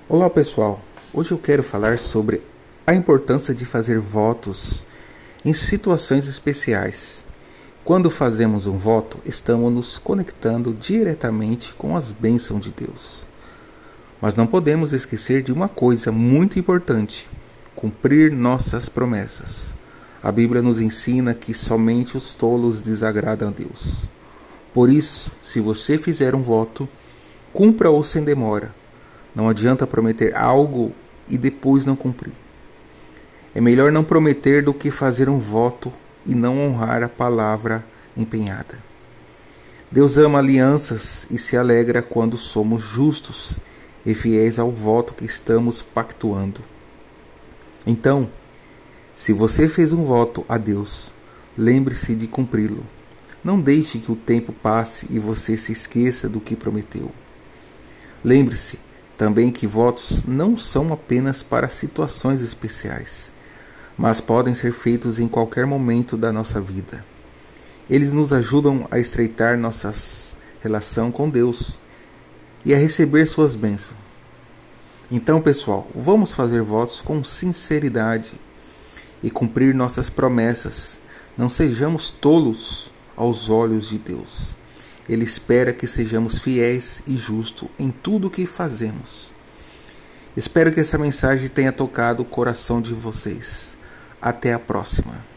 Olá pessoal, hoje eu quero falar sobre a importância de fazer votos em situações especiais. Quando fazemos um voto, estamos nos conectando diretamente com as bênçãos de Deus. Mas não podemos esquecer de uma coisa muito importante: cumprir nossas promessas. A Bíblia nos ensina que somente os tolos desagradam a Deus. Por isso, se você fizer um voto, cumpra-o sem demora. Não adianta prometer algo e depois não cumprir. É melhor não prometer do que fazer um voto e não honrar a palavra empenhada. Deus ama alianças e se alegra quando somos justos e fiéis ao voto que estamos pactuando. Então, se você fez um voto a Deus, lembre-se de cumpri-lo. Não deixe que o tempo passe e você se esqueça do que prometeu. Lembre-se também que votos não são apenas para situações especiais, mas podem ser feitos em qualquer momento da nossa vida. Eles nos ajudam a estreitar nossa relação com Deus e a receber suas bênçãos. Então, pessoal, vamos fazer votos com sinceridade e cumprir nossas promessas. Não sejamos tolos aos olhos de Deus. Ele espera que sejamos fiéis e justos em tudo o que fazemos. Espero que essa mensagem tenha tocado o coração de vocês. Até a próxima.